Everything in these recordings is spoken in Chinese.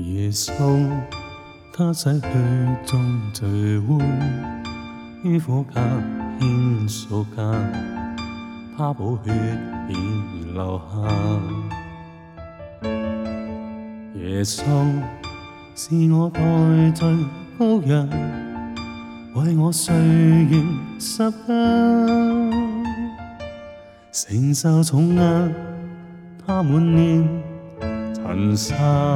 耶穌，他洗去眾罪污，於苦格獻贖價，他寶血已流下。耶穌是我代罪羔羊，為我垂懸十架，承受重壓，他滿臉塵沙。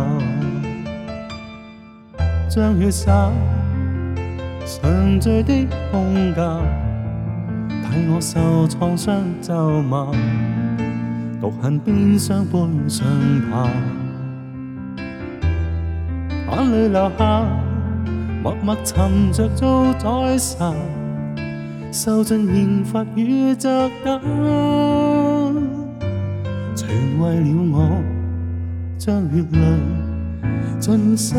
將血灑上罪的工價，替我受創傷咒罵，毒恨鞭傷背上爬，眼淚流下，默默尋着遭宰殺，受盡刑罰與責打，全為了我將血淚盡灑。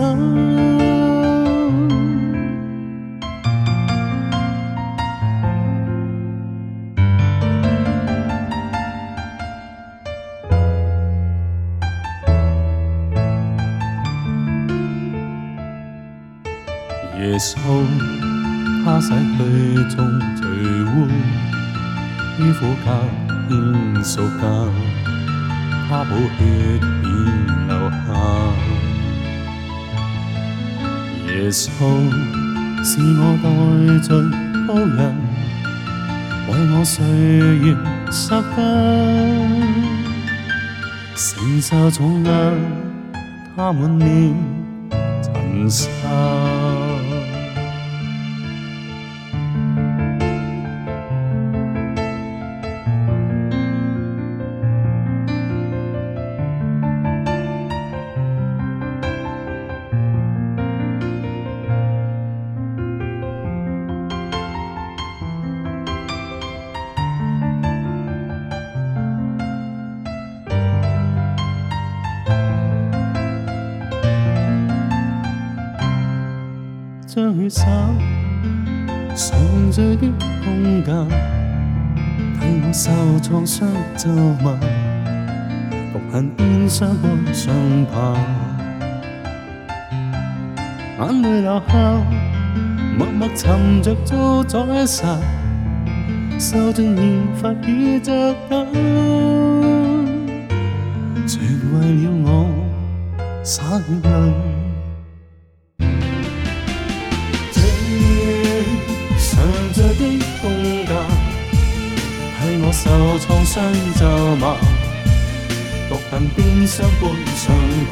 耶穌，他洗去眾罪污，於苦格獻贖價，他寶血已流下。耶穌是我代罪羔羊，為我垂懸十架，承受重壓，他滿臉塵沙。將血灑上罪的工價，替我受創傷咒罵，毒恨鞭傷背上爬，眼淚流下，默默尋着遭宰殺，受盡刑罰與責打，全為了我灑血淚。上罪的工價，替我受創傷咒罵，毒恨鞭傷背上爬，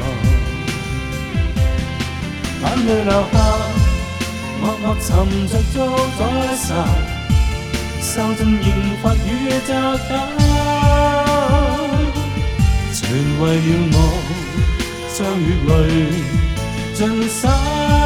眼淚流下，默默尋着遭宰殺，受盡刑罰與責打，全為了我將血淚盡灑。